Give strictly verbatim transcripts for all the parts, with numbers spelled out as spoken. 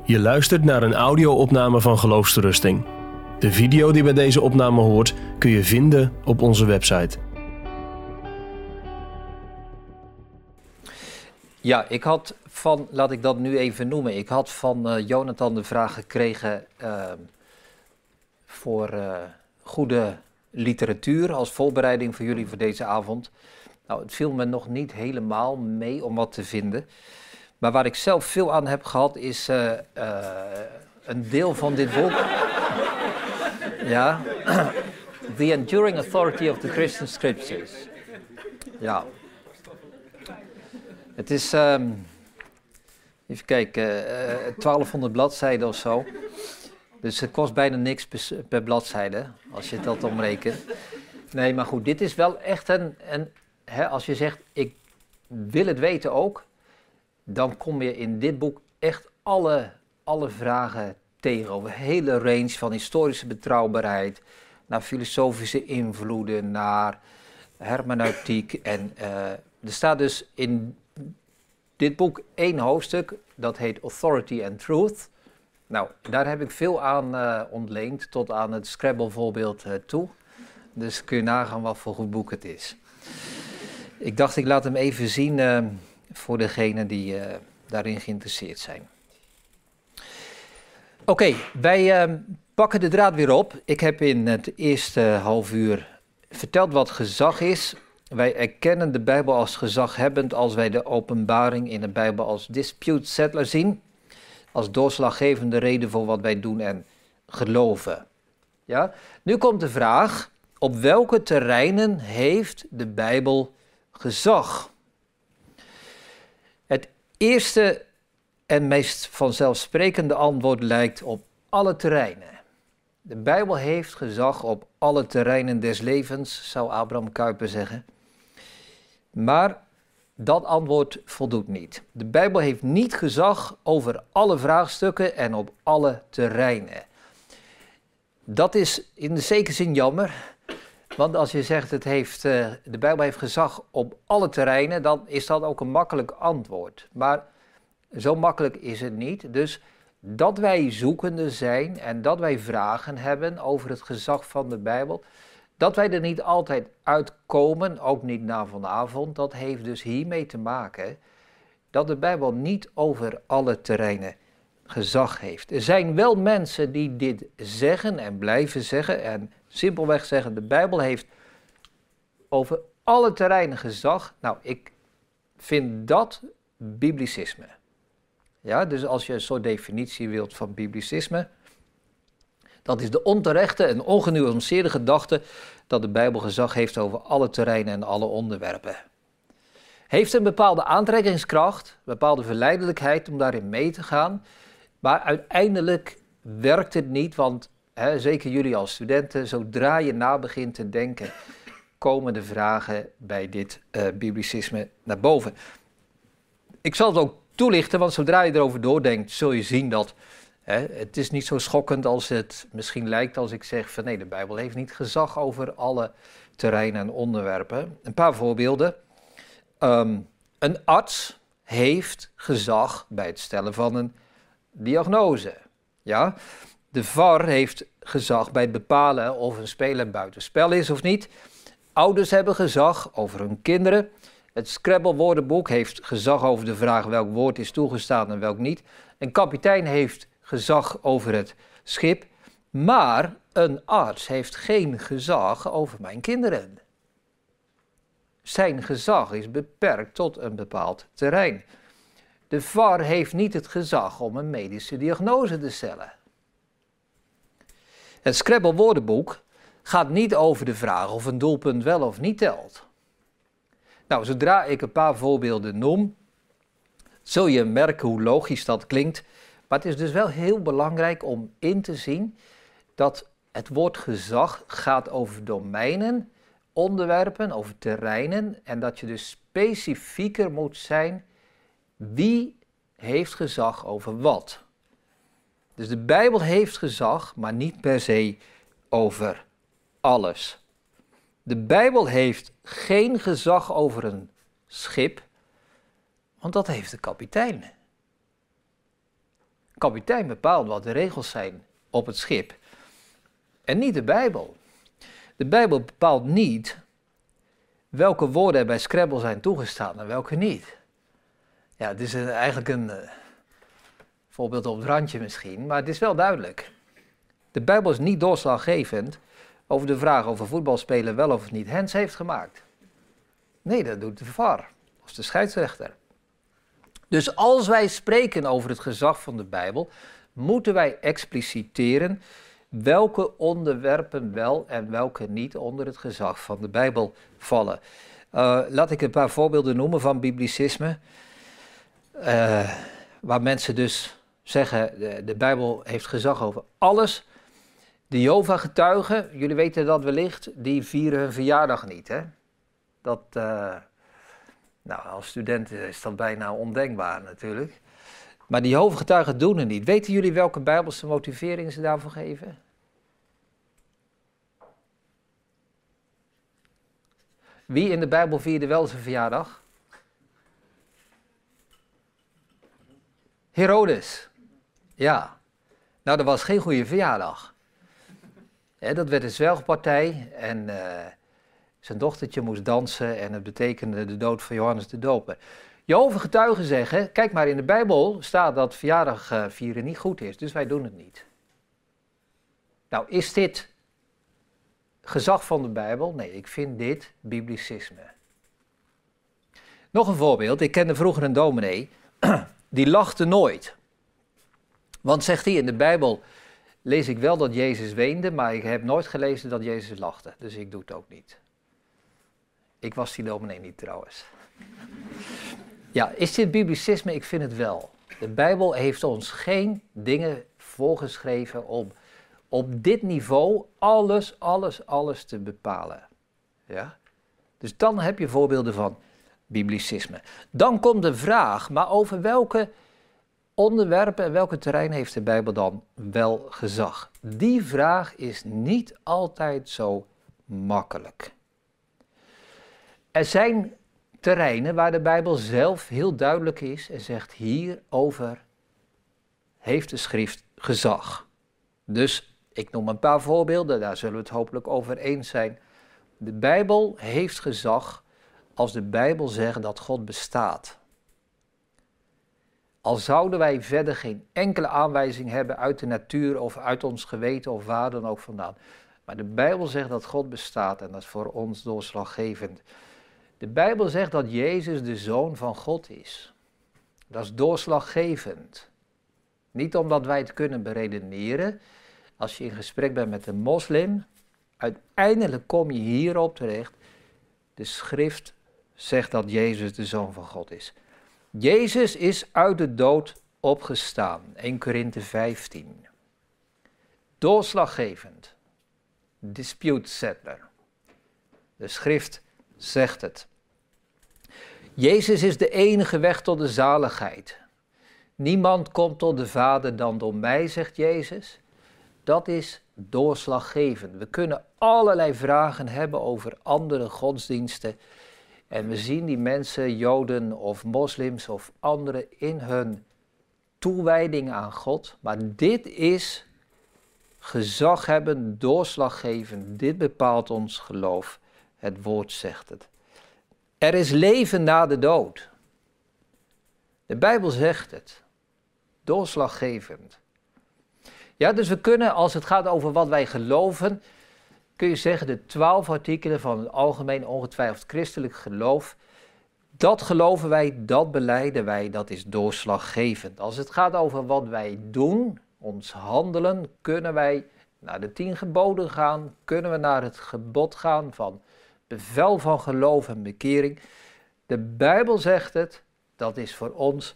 Je luistert naar een audio-opname van Geloofsterusting. De video die bij deze opname hoort kun je vinden op onze website. Ja, ik had van, laat ik dat nu even noemen, ik had van uh, Jonathan de vraag gekregen uh, voor uh, goede literatuur als voorbereiding voor jullie voor deze avond. Nou, het viel me nog niet helemaal mee om wat te vinden. Maar waar ik zelf veel aan heb gehad is uh, uh, een deel van dit boek. Ja, The Enduring Authority of the Christian Scriptures. Ja. Het is, um, even kijken, uh, twaalfhonderd bladzijden of zo. Dus het kost bijna niks per, per bladzijde, als je dat omrekent. Nee, maar goed, dit is wel echt een, een hè, als je zegt, ik wil het weten ook, dan kom je in dit boek echt alle, alle vragen tegen. Over een hele range van historische betrouwbaarheid, naar filosofische invloeden, naar hermeneutiek. En uh, er staat dus in dit boek één hoofdstuk, dat heet Authority and Truth. Nou, daar heb ik veel aan uh, ontleend, tot aan het Scrabble voorbeeld uh, toe. Dus kun je nagaan wat voor goed boek het is. Ik dacht, ik laat hem even zien uh, voor degenen die uh, daarin geïnteresseerd zijn. Oké, okay, wij uh, pakken de draad weer op. Ik heb in het eerste half uur verteld wat gezag is. Wij erkennen de Bijbel als gezaghebbend als wij de openbaring in de Bijbel als dispute settler zien. Als doorslaggevende reden voor wat wij doen en geloven. Ja? Nu komt de vraag, op welke terreinen heeft de Bijbel gezag? Het eerste en meest vanzelfsprekende antwoord lijkt op alle terreinen. De Bijbel heeft gezag op alle terreinen des levens, zou Abraham Kuyper zeggen. Maar dat antwoord voldoet niet. De Bijbel heeft niet gezag over alle vraagstukken en op alle terreinen. Dat is in de zekere zin jammer. Want als je zegt het heeft, uh, de Bijbel heeft gezag op alle terreinen, dan is dat ook een makkelijk antwoord. Maar zo makkelijk is het niet. Dus dat wij zoekende zijn en dat wij vragen hebben over het gezag van de Bijbel, dat wij er niet altijd uitkomen, ook niet na vanavond, dat heeft dus hiermee te maken dat de Bijbel niet over alle terreinen gezag heeft. Er zijn wel mensen die dit zeggen en blijven zeggen en simpelweg zeggen, de Bijbel heeft over alle terreinen gezag. Nou, ik vind dat biblicisme. Ja, dus als je een soort definitie wilt van biblicisme, dat is de onterechte en ongenuanceerde gedachte dat de Bijbel gezag heeft over alle terreinen en alle onderwerpen. Heeft een bepaalde aantrekkingskracht, een bepaalde verleidelijkheid om daarin mee te gaan, maar uiteindelijk werkt het niet, want hè, zeker jullie als studenten, zodra je na begint te denken, komen de vragen bij dit uh, biblicisme naar boven. Ik zal het ook toelichten, want zodra je erover doordenkt, zul je zien dat hè, het is niet zo schokkend als het misschien lijkt als ik zeg van nee, de Bijbel heeft niet gezag over alle terreinen en onderwerpen. Een paar voorbeelden. Um, een arts heeft gezag bij het stellen van een diagnose. Ja? De V A R heeft gezag bij het bepalen of een speler buitenspel is of niet. Ouders hebben gezag over hun kinderen. Het Scrabble woordenboek heeft gezag over de vraag welk woord is toegestaan en welk niet. Een kapitein heeft gezag over het schip. Maar een arts heeft geen gezag over mijn kinderen. Zijn gezag is beperkt tot een bepaald terrein. De V A R heeft niet het gezag om een medische diagnose te stellen. Het Scrabble woordenboek gaat niet over de vraag of een doelpunt wel of niet telt. Nou, zodra ik een paar voorbeelden noem, zul je merken hoe logisch dat klinkt. Maar het is dus wel heel belangrijk om in te zien dat het woord gezag gaat over domeinen, onderwerpen, over terreinen. En dat je dus specifieker moet zijn wie heeft gezag over wat. Dus de Bijbel heeft gezag, maar niet per se over alles. De Bijbel heeft geen gezag over een schip, want dat heeft de kapitein. kapitein bepaalt wat de regels zijn op het schip. En niet de Bijbel. De Bijbel bepaalt niet welke woorden er bij Scrabble zijn toegestaan en welke niet. Ja, het is een, eigenlijk een uh, voorbeeld op het randje misschien, maar het is wel duidelijk. De Bijbel is niet doorslaggevend over de vraag of een voetbalspeler wel of niet hands heeft gemaakt. Nee, dat doet de V A R, of de scheidsrechter. Dus als wij spreken over het gezag van de Bijbel, moeten wij expliciteren welke onderwerpen wel en welke niet onder het gezag van de Bijbel vallen. Uh, laat ik een paar voorbeelden noemen van biblicisme. Uh, waar mensen dus zeggen, de, de Bijbel heeft gezag over alles. De Jehovah-getuigen, jullie weten dat wellicht, die vieren hun verjaardag niet. Hè? Dat, uh, nou, als student is dat bijna ondenkbaar natuurlijk. Maar die Jehovah-getuigen doen het niet. Weten jullie welke Bijbelse motivering ze daarvoor geven? Wie in de Bijbel vierde wel zijn verjaardag? Herodes. Ja. Nou, dat was geen goede verjaardag. He, dat werd een zwelgpartij en uh, zijn dochtertje moest dansen en het betekende de dood van Johannes de Doper. Jehovah getuigen zeggen, kijk maar, in de Bijbel staat dat verjaardag uh, vieren niet goed is, dus wij doen het niet. Nou, is dit gezag van de Bijbel? Nee, ik vind dit biblicisme. Nog een voorbeeld, ik kende vroeger een dominee, die lachte nooit. Want zegt hij, in de Bijbel lees ik wel dat Jezus weende, maar ik heb nooit gelezen dat Jezus lachte, dus ik doe het ook niet. Ik was die dominee niet trouwens. Ja, is dit biblicisme? Ik vind het wel. De Bijbel heeft ons geen dingen voorgeschreven om op dit niveau alles, alles, alles te bepalen. Ja? Dus dan heb je voorbeelden van biblicisme. Dan komt de vraag, maar over welke onderwerpen en welke terrein heeft de Bijbel dan wel gezag? Die vraag is niet altijd zo makkelijk. Er zijn terreinen waar de Bijbel zelf heel duidelijk is en zegt hierover heeft de schrift gezag. Dus ik noem een paar voorbeelden, daar zullen we het hopelijk over eens zijn. De Bijbel heeft gezag als de Bijbel zegt dat God bestaat. Al zouden wij verder geen enkele aanwijzing hebben uit de natuur of uit ons geweten of waar dan ook vandaan. Maar de Bijbel zegt dat God bestaat en dat is voor ons doorslaggevend. De Bijbel zegt dat Jezus de Zoon van God is. Dat is doorslaggevend. Niet omdat wij het kunnen beredeneren. Als je in gesprek bent met een moslim, uiteindelijk kom je hierop terecht. De schrift zegt dat Jezus de Zoon van God is. Jezus is uit de dood opgestaan. Eerste Korinthe vijftien. Doorslaggevend. Dispute settler. De schrift zegt het. Jezus is de enige weg tot de zaligheid. Niemand komt tot de Vader dan door mij, zegt Jezus. Dat is doorslaggevend. We kunnen allerlei vragen hebben over andere godsdiensten. En we zien die mensen, Joden of moslims of anderen, in hun toewijding aan God. Maar dit is gezaghebbend, doorslaggevend. Dit bepaalt ons geloof. Het woord zegt het. Er is leven na de dood. De Bijbel zegt het. Doorslaggevend. Ja, dus we kunnen, als het gaat over wat wij geloven, kun je zeggen de twaalf artikelen van het algemeen ongetwijfeld christelijk geloof, dat geloven wij, dat belijden wij, dat is doorslaggevend. Als het gaat over wat wij doen, ons handelen, kunnen wij naar de tien geboden gaan, kunnen we naar het gebod gaan van bevel van geloof en bekering. De Bijbel zegt het, dat is voor ons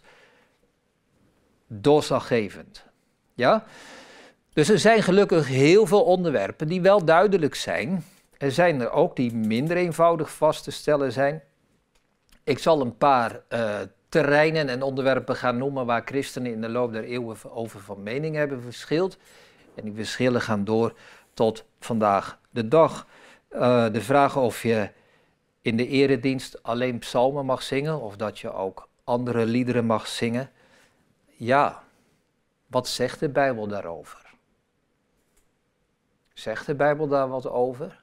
doorslaggevend. Ja? Dus er zijn gelukkig heel veel onderwerpen die wel duidelijk zijn. Er zijn er ook die minder eenvoudig vast te stellen zijn. Ik zal een paar uh, terreinen en onderwerpen gaan noemen waar christenen in de loop der eeuwen over van mening hebben verschild. En die verschillen gaan door tot vandaag de dag. Uh, de vraag of je in de eredienst alleen psalmen mag zingen of dat je ook andere liederen mag zingen. Ja, Wat zegt de Bijbel daarover? Zegt de Bijbel daar wat over?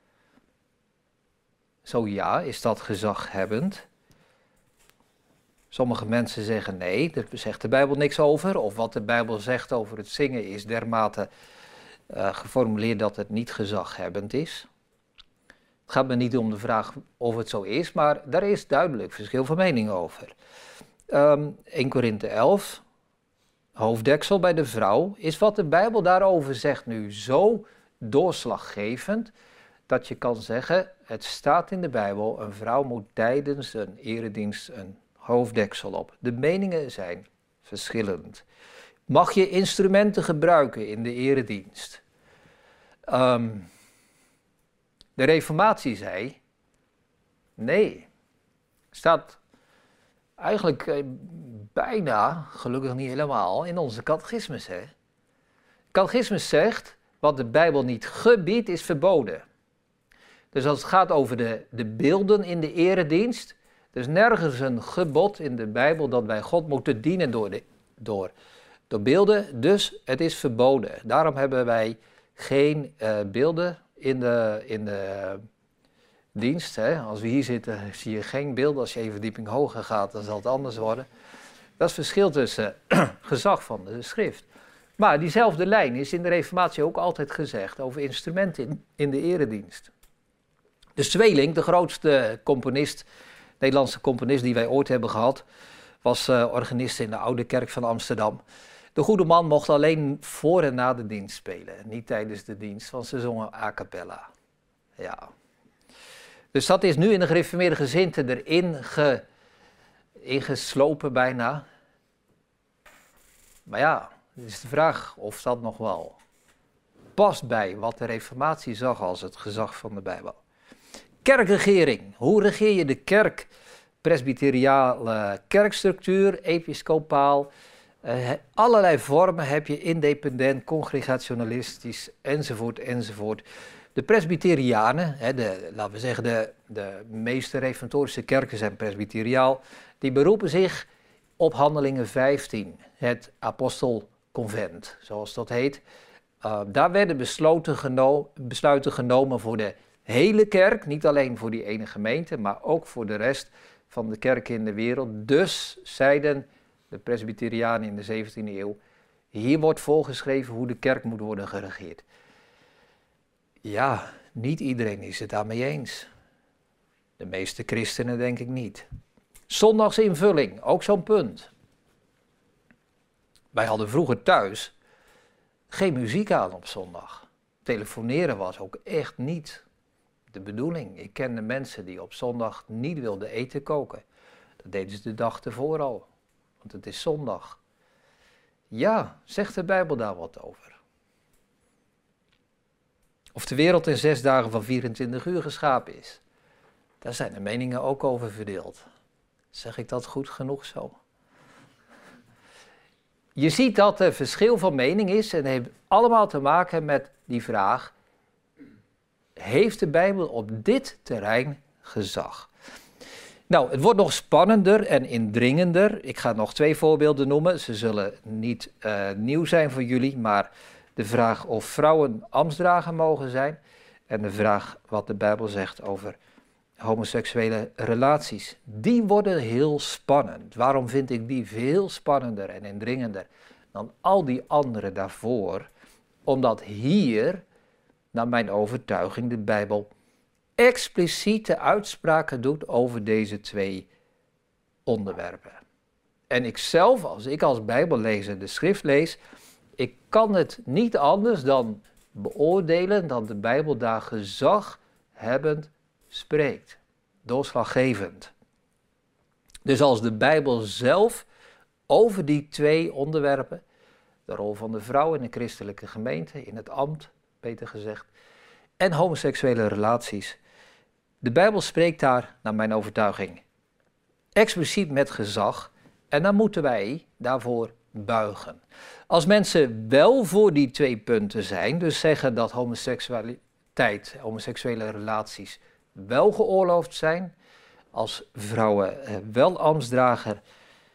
Zo ja, is dat gezaghebbend? Sommige mensen zeggen nee, daar zegt de Bijbel niks over. Of wat de Bijbel zegt over het zingen is dermate uh, geformuleerd dat het niet gezaghebbend is. Het gaat me niet om de vraag of het zo is, maar daar is duidelijk verschil van mening over. Um, Eerste Korinthe elf, hoofddeksel bij de vrouw, is wat de Bijbel daarover zegt nu zo doorslaggevend, dat je kan zeggen, het staat in de Bijbel, een vrouw moet tijdens een eredienst een hoofddeksel op. De meningen zijn verschillend. Mag je instrumenten gebruiken in de eredienst? Um, de Reformatie zei, nee. Staat eigenlijk eh, bijna, gelukkig niet helemaal, in onze catechismus. Hè? Catechismus zegt, wat de Bijbel niet gebiedt, is verboden. Dus als het gaat over de, de beelden in de eredienst, er is nergens een gebod in de Bijbel dat wij God moeten dienen door, de, door, door beelden, dus het is verboden. Daarom hebben wij geen uh, beelden in de, in de uh, dienst. Hè. Als we hier zitten zie je geen beelden, als je even verdieping hoger gaat dan zal het anders worden. Dat is het verschil tussen uh, gezag van de schrift. Maar diezelfde lijn is in de Reformatie ook altijd gezegd over instrumenten in, in de eredienst. De Zweeling, de grootste componist, Nederlandse componist die wij ooit hebben gehad, was uh, organist in de Oude Kerk van Amsterdam. De goede man mocht alleen voor en na de dienst spelen, niet tijdens de dienst, want ze zongen a cappella. Ja. Dus dat is nu in de gereformeerde gezindte erin ge, ingeslopen bijna. Maar ja, het is de vraag of dat nog wel past bij wat de Reformatie zag als het gezag van de Bijbel. Kerkregering. Hoe regeer je de kerk? Presbyteriale kerkstructuur, episcopaal. Uh, allerlei vormen heb je, independent, congregationalistisch, enzovoort, enzovoort. De presbyterianen, hè, de, laten we zeggen de, de meeste reformatorische kerken zijn presbyteriaal, die beroepen zich op Handelingen vijftien, het apostelconvent, zoals dat heet. Uh, daar werden besloten geno- besluiten genomen voor de hele kerk, niet alleen voor die ene gemeente, maar ook voor de rest van de kerken in de wereld. Dus zeiden de presbyterianen in de zeventiende eeuw, hier wordt voorgeschreven hoe de kerk moet worden geregeerd. Ja, niet iedereen is het daarmee eens. De meeste christenen denk ik niet. Zondagsinvulling, ook zo'n punt. Wij hadden vroeger thuis geen muziek aan op zondag. Telefoneren was ook echt niet de bedoeling. Ik kende mensen die op zondag niet wilden eten koken. Dat deden ze de dag ervoor al, want het is zondag. Ja, zegt de Bijbel daar wat over? Of de wereld in zes dagen van vierentwintig uur geschapen is. Daar zijn de meningen ook over verdeeld. Zeg ik dat goed genoeg zo? Je ziet dat er verschil van mening is en het heeft allemaal te maken met die vraag: heeft de Bijbel op dit terrein gezag? Nou, het wordt nog spannender en indringender. Ik ga nog twee voorbeelden noemen. Ze zullen niet uh, nieuw zijn voor jullie, maar de vraag of vrouwen ambtsdrager mogen zijn en de vraag wat de Bijbel zegt over homoseksuele relaties. Die worden heel spannend. Waarom vind ik die veel spannender en indringender dan al die andere daarvoor? Omdat hier, naar mijn overtuiging, de Bijbel expliciete uitspraken doet over deze twee onderwerpen. En ik zelf, als ik als Bijbellezer de schrift lees, ik kan het niet anders dan beoordelen dat de Bijbel daar gezaghebbend spreekt. Doorslaggevend. Dus als de Bijbel zelf over die twee onderwerpen, de rol van de vrouw in de christelijke gemeente, in het ambt, beter gezegd, en homoseksuele relaties. De Bijbel spreekt daar, naar mijn overtuiging, expliciet met gezag en dan moeten wij daarvoor buigen. Als mensen wel voor die twee punten zijn, dus zeggen dat homoseksualiteit, homoseksuele relaties wel geoorloofd zijn, als vrouwen wel ambtsdrager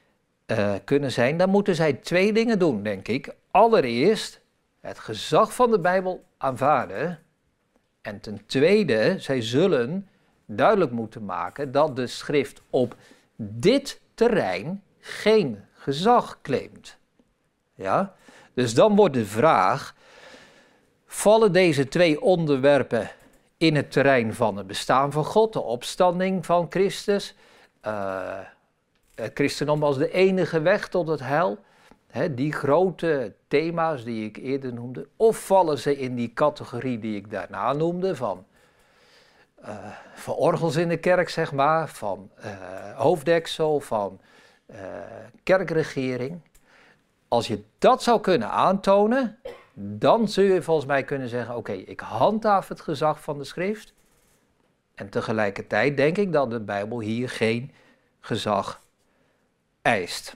uh, kunnen zijn, dan moeten zij twee dingen doen, denk ik. Allereerst het gezag van de Bijbel aanvaarden. En ten tweede, zij zullen duidelijk moeten maken dat de schrift op dit terrein geen gezag claimt. Ja? Dus dan wordt de vraag, vallen deze twee onderwerpen in het terrein van het bestaan van God, de opstanding van Christus, uh, het christendom als de enige weg tot het heil, hè, die grote thema's die ik eerder noemde, of vallen ze in die categorie die ik daarna noemde, van, uh, van orgels in de kerk, zeg maar, van uh, hoofddeksel, van uh, kerkregering. Als je dat zou kunnen aantonen, dan zul je volgens mij kunnen zeggen, oké, okay, ik handhaaf het gezag van de schrift. En tegelijkertijd denk ik dat de Bijbel hier geen gezag eist.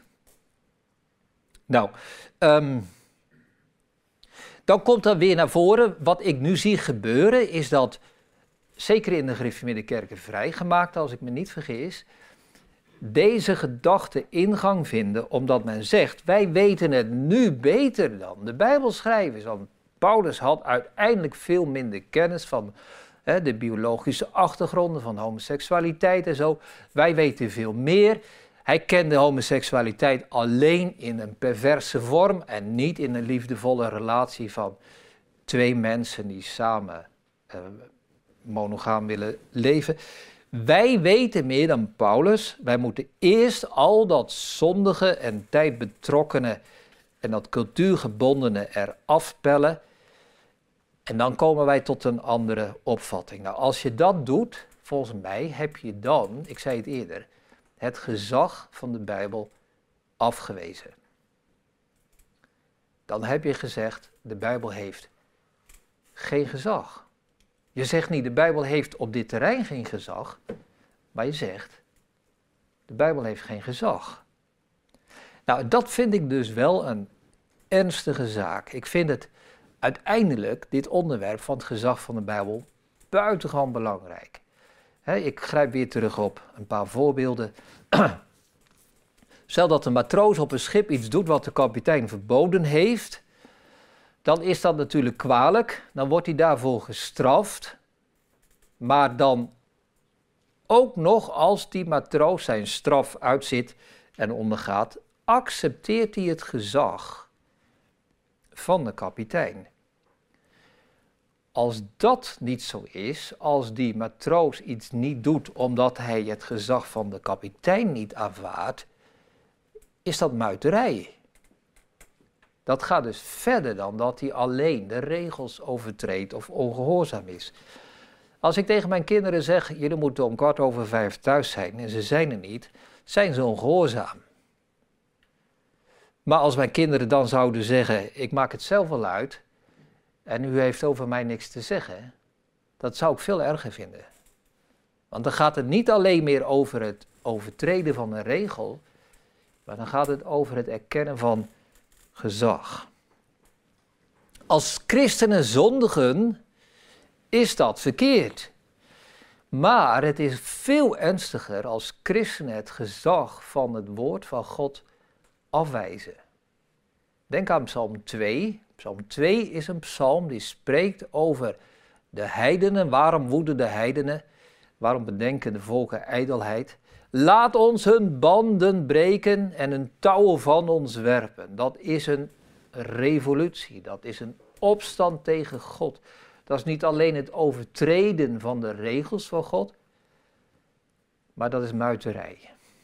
Nou, um, dan komt er weer naar voren, wat ik nu zie gebeuren, is dat, zeker in de gereformeerde kerken vrijgemaakt, als ik me niet vergis, deze gedachten ingang vinden, omdat men zegt, wij weten het nu beter dan de Bijbelschrijvers. Want Paulus had uiteindelijk veel minder kennis van hè, de biologische achtergronden, van homoseksualiteit en zo. Wij weten veel meer. Hij kende homoseksualiteit alleen in een perverse vorm en niet in een liefdevolle relatie van twee mensen die samen uh, monogaam willen leven. Wij weten meer dan Paulus. Wij moeten eerst al dat zondige en tijdbetrokkene en dat cultuurgebondene eraf pellen. En dan komen wij tot een andere opvatting. Nou, als je dat doet, volgens mij heb je dan, ik zei het eerder, het gezag van de Bijbel afgewezen. Dan heb je gezegd, de Bijbel heeft geen gezag. Je zegt niet, de Bijbel heeft op dit terrein geen gezag, maar je zegt, de Bijbel heeft geen gezag. Nou, dat vind ik dus wel een ernstige zaak. Ik vind het uiteindelijk, dit onderwerp van het gezag van de Bijbel, buitengewoon belangrijk. He, ik grijp weer terug op een paar voorbeelden. Stel dat een matroos op een schip iets doet wat de kapitein verboden heeft, dan is dat natuurlijk kwalijk, dan wordt hij daarvoor gestraft. Maar dan ook nog als die matroos zijn straf uitzit en ondergaat, accepteert hij het gezag van de kapitein. Als dat niet zo is, als die matroos iets niet doet omdat hij het gezag van de kapitein niet aanvaardt, is dat muiterij. Dat gaat dus verder dan dat hij alleen de regels overtreedt of ongehoorzaam is. Als ik tegen mijn kinderen zeg, jullie moeten om kwart over vijf thuis zijn en ze zijn er niet, zijn ze ongehoorzaam. Maar als mijn kinderen dan zouden zeggen, ik maak het zelf wel uit en u heeft over mij niks te zeggen, dat zou ik veel erger vinden. Want dan gaat het niet alleen meer over het overtreden van een regel, maar dan gaat het over het erkennen van gezag. Als christenen zondigen, is dat verkeerd. Maar het is veel ernstiger als christenen het gezag van het woord van God afwijzen. Denk aan Psalm twee. Psalm twee is een psalm die spreekt over de heidenen. Waarom woeden de heidenen? Waarom bedenken de volken ijdelheid? Laat ons hun banden breken en hun touwen van ons werpen. Dat is een revolutie, dat is een opstand tegen God. Dat is niet alleen het overtreden van de regels van God, maar dat is muiterij.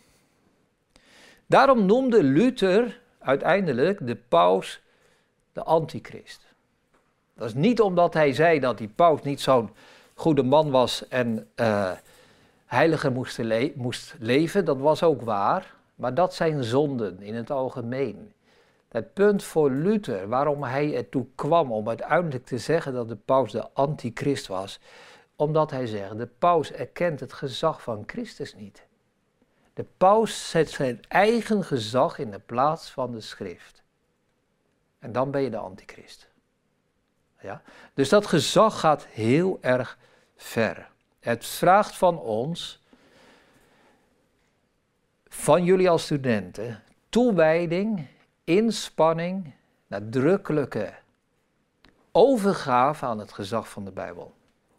Daarom noemde Luther uiteindelijk de paus de antichrist. Dat is niet omdat hij zei dat die paus niet zo'n goede man was en uh, heiliger moest, le- moest leven, dat was ook waar, maar dat zijn zonden in het algemeen. Het punt voor Luther, waarom hij ertoe kwam om uiteindelijk te zeggen dat de paus de antichrist was, omdat hij zegt, de paus erkent het gezag van Christus niet. De paus zet zijn eigen gezag in de plaats van de schrift. En dan ben je de antichrist. Ja? Dus dat gezag gaat heel erg ver. Het vraagt van ons, van jullie als studenten, toewijding, inspanning, nadrukkelijke overgave aan het gezag van de Bijbel.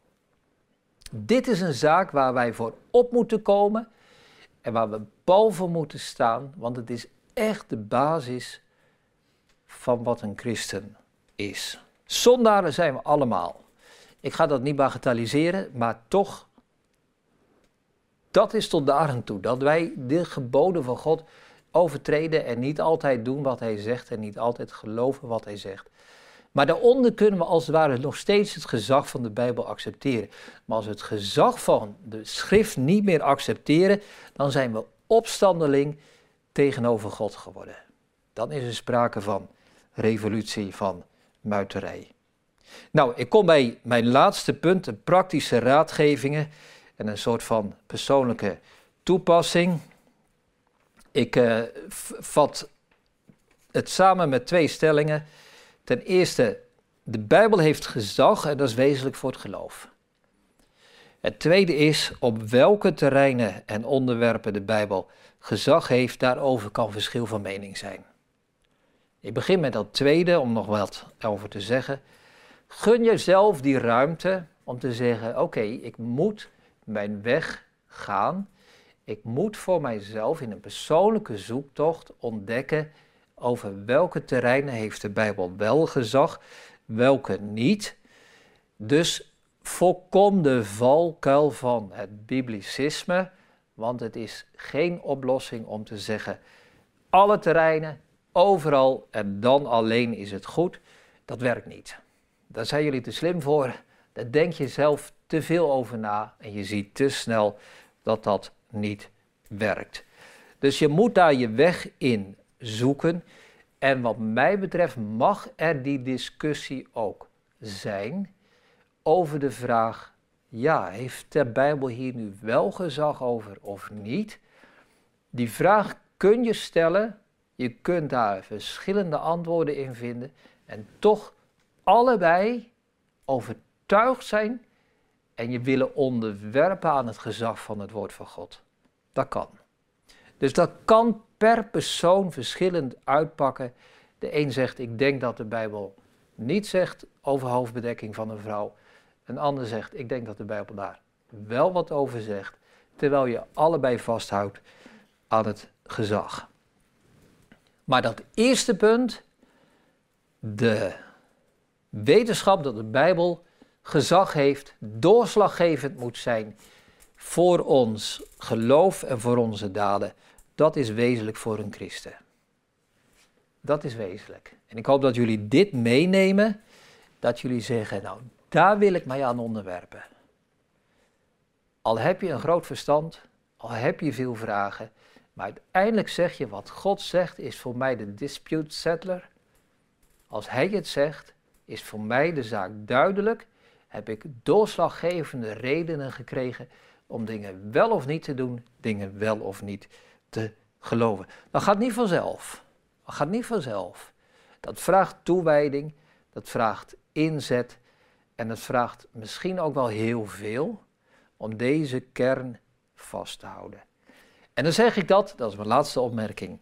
Dit is een zaak waar wij voor op moeten komen en waar we boven moeten staan, want het is echt de basis van wat een christen is. Zondaren zijn we allemaal. Ik ga dat niet bagatelliseren, maar toch, dat is tot daar aan toe. Dat wij de geboden van God overtreden en niet altijd doen wat hij zegt en niet altijd geloven wat hij zegt. Maar daaronder kunnen we als het ware nog steeds het gezag van de Bijbel accepteren. Maar als we het gezag van de schrift niet meer accepteren, dan zijn we opstandeling tegenover God geworden. Dan is er sprake van revolutie, van muiterij. Nou, ik kom bij mijn laatste punt, de praktische raadgevingen en een soort van persoonlijke toepassing. Ik uh, vat het samen met twee stellingen. Ten eerste, de Bijbel heeft gezag en dat is wezenlijk voor het geloof. Het tweede is, op welke terreinen en onderwerpen de Bijbel gezag heeft, daarover kan verschil van mening zijn. Ik begin met dat tweede, om nog wat over te zeggen. Gun jezelf die ruimte om te zeggen, oké, okay, ik moet mijn weg gaan. Ik moet voor mijzelf in een persoonlijke zoektocht ontdekken over welke terreinen heeft de Bijbel wel gezag, welke niet. Dus voorkom de valkuil van het biblicisme, want het is geen oplossing om te zeggen, alle terreinen, overal en dan alleen is het goed. Dat werkt niet. Daar zijn jullie te slim voor. Daar denk je zelf te veel over na en je ziet te snel dat dat niet werkt. Dus je moet daar je weg in zoeken. En wat mij betreft mag er die discussie ook zijn over de vraag, ja, heeft de Bijbel hier nu wel gezag over of niet? Die vraag kun je stellen, je kunt daar verschillende antwoorden in vinden en toch allebei overtuigd zijn en je willen onderwerpen aan het gezag van het woord van God. Dat kan. Dus dat kan per persoon verschillend uitpakken. De een zegt, ik denk dat de Bijbel niet zegt over hoofdbedekking van een vrouw. Een ander zegt, ik denk dat de Bijbel daar wel wat over zegt. Terwijl je allebei vasthoudt aan het gezag. Maar dat eerste punt, de wetenschap dat de Bijbel gezag heeft, doorslaggevend moet zijn voor ons geloof en voor onze daden. Dat is wezenlijk voor een christen. Dat is wezenlijk. En ik hoop dat jullie dit meenemen, dat jullie zeggen, nou, daar wil ik mij aan onderwerpen. Al heb je een groot verstand, al heb je veel vragen, maar uiteindelijk zeg je wat God zegt is voor mij de dispute settler. Als hij het zegt, is voor mij de zaak duidelijk, heb ik doorslaggevende redenen gekregen om dingen wel of niet te doen, dingen wel of niet te geloven. Dat gaat niet vanzelf. Dat gaat niet vanzelf. Dat vraagt toewijding, dat vraagt inzet en dat vraagt misschien ook wel heel veel om deze kern vast te houden. En dan zeg ik dat, dat is mijn laatste opmerking,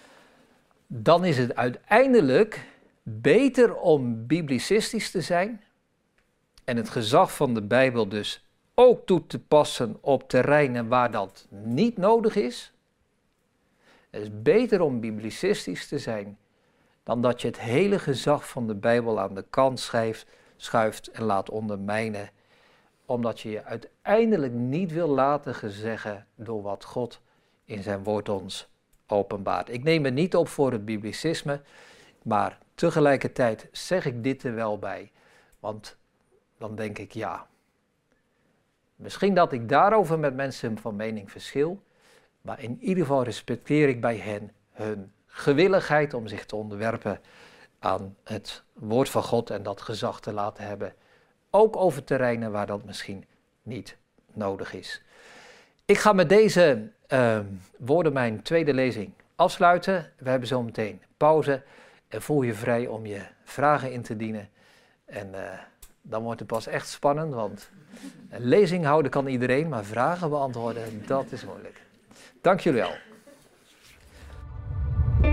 dan is het uiteindelijk beter om biblicistisch te zijn en het gezag van de Bijbel dus ook toe te passen op terreinen waar dat niet nodig is. Het is beter om biblicistisch te zijn dan dat je het hele gezag van de Bijbel aan de kant schuift, schuift en laat ondermijnen, omdat je je uiteindelijk niet wil laten gezeggen door wat God in zijn woord ons openbaart. Ik neem het niet op voor het biblicisme, maar tegelijkertijd zeg ik dit er wel bij, want dan denk ik ja. Misschien dat ik daarover met mensen van mening verschil, maar in ieder geval respecteer ik bij hen hun gewilligheid om zich te onderwerpen aan het woord van God en dat gezag te laten hebben. Ook over terreinen waar dat misschien niet nodig is. Ik ga met deze uh, woorden mijn tweede lezing afsluiten. We hebben zo meteen pauze en voel je vrij om je vragen in te dienen. En uh, dan wordt het pas echt spannend, want een lezing houden kan iedereen, maar vragen beantwoorden, dat is moeilijk. Dank jullie wel.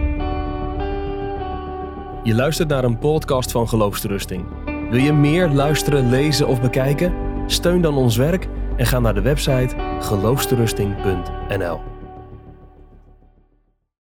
Je luistert naar een podcast van Geloofsterusting. Wil je meer luisteren, lezen of bekijken? Steun dan ons werk en ga naar de website geloofsterusting punt n l.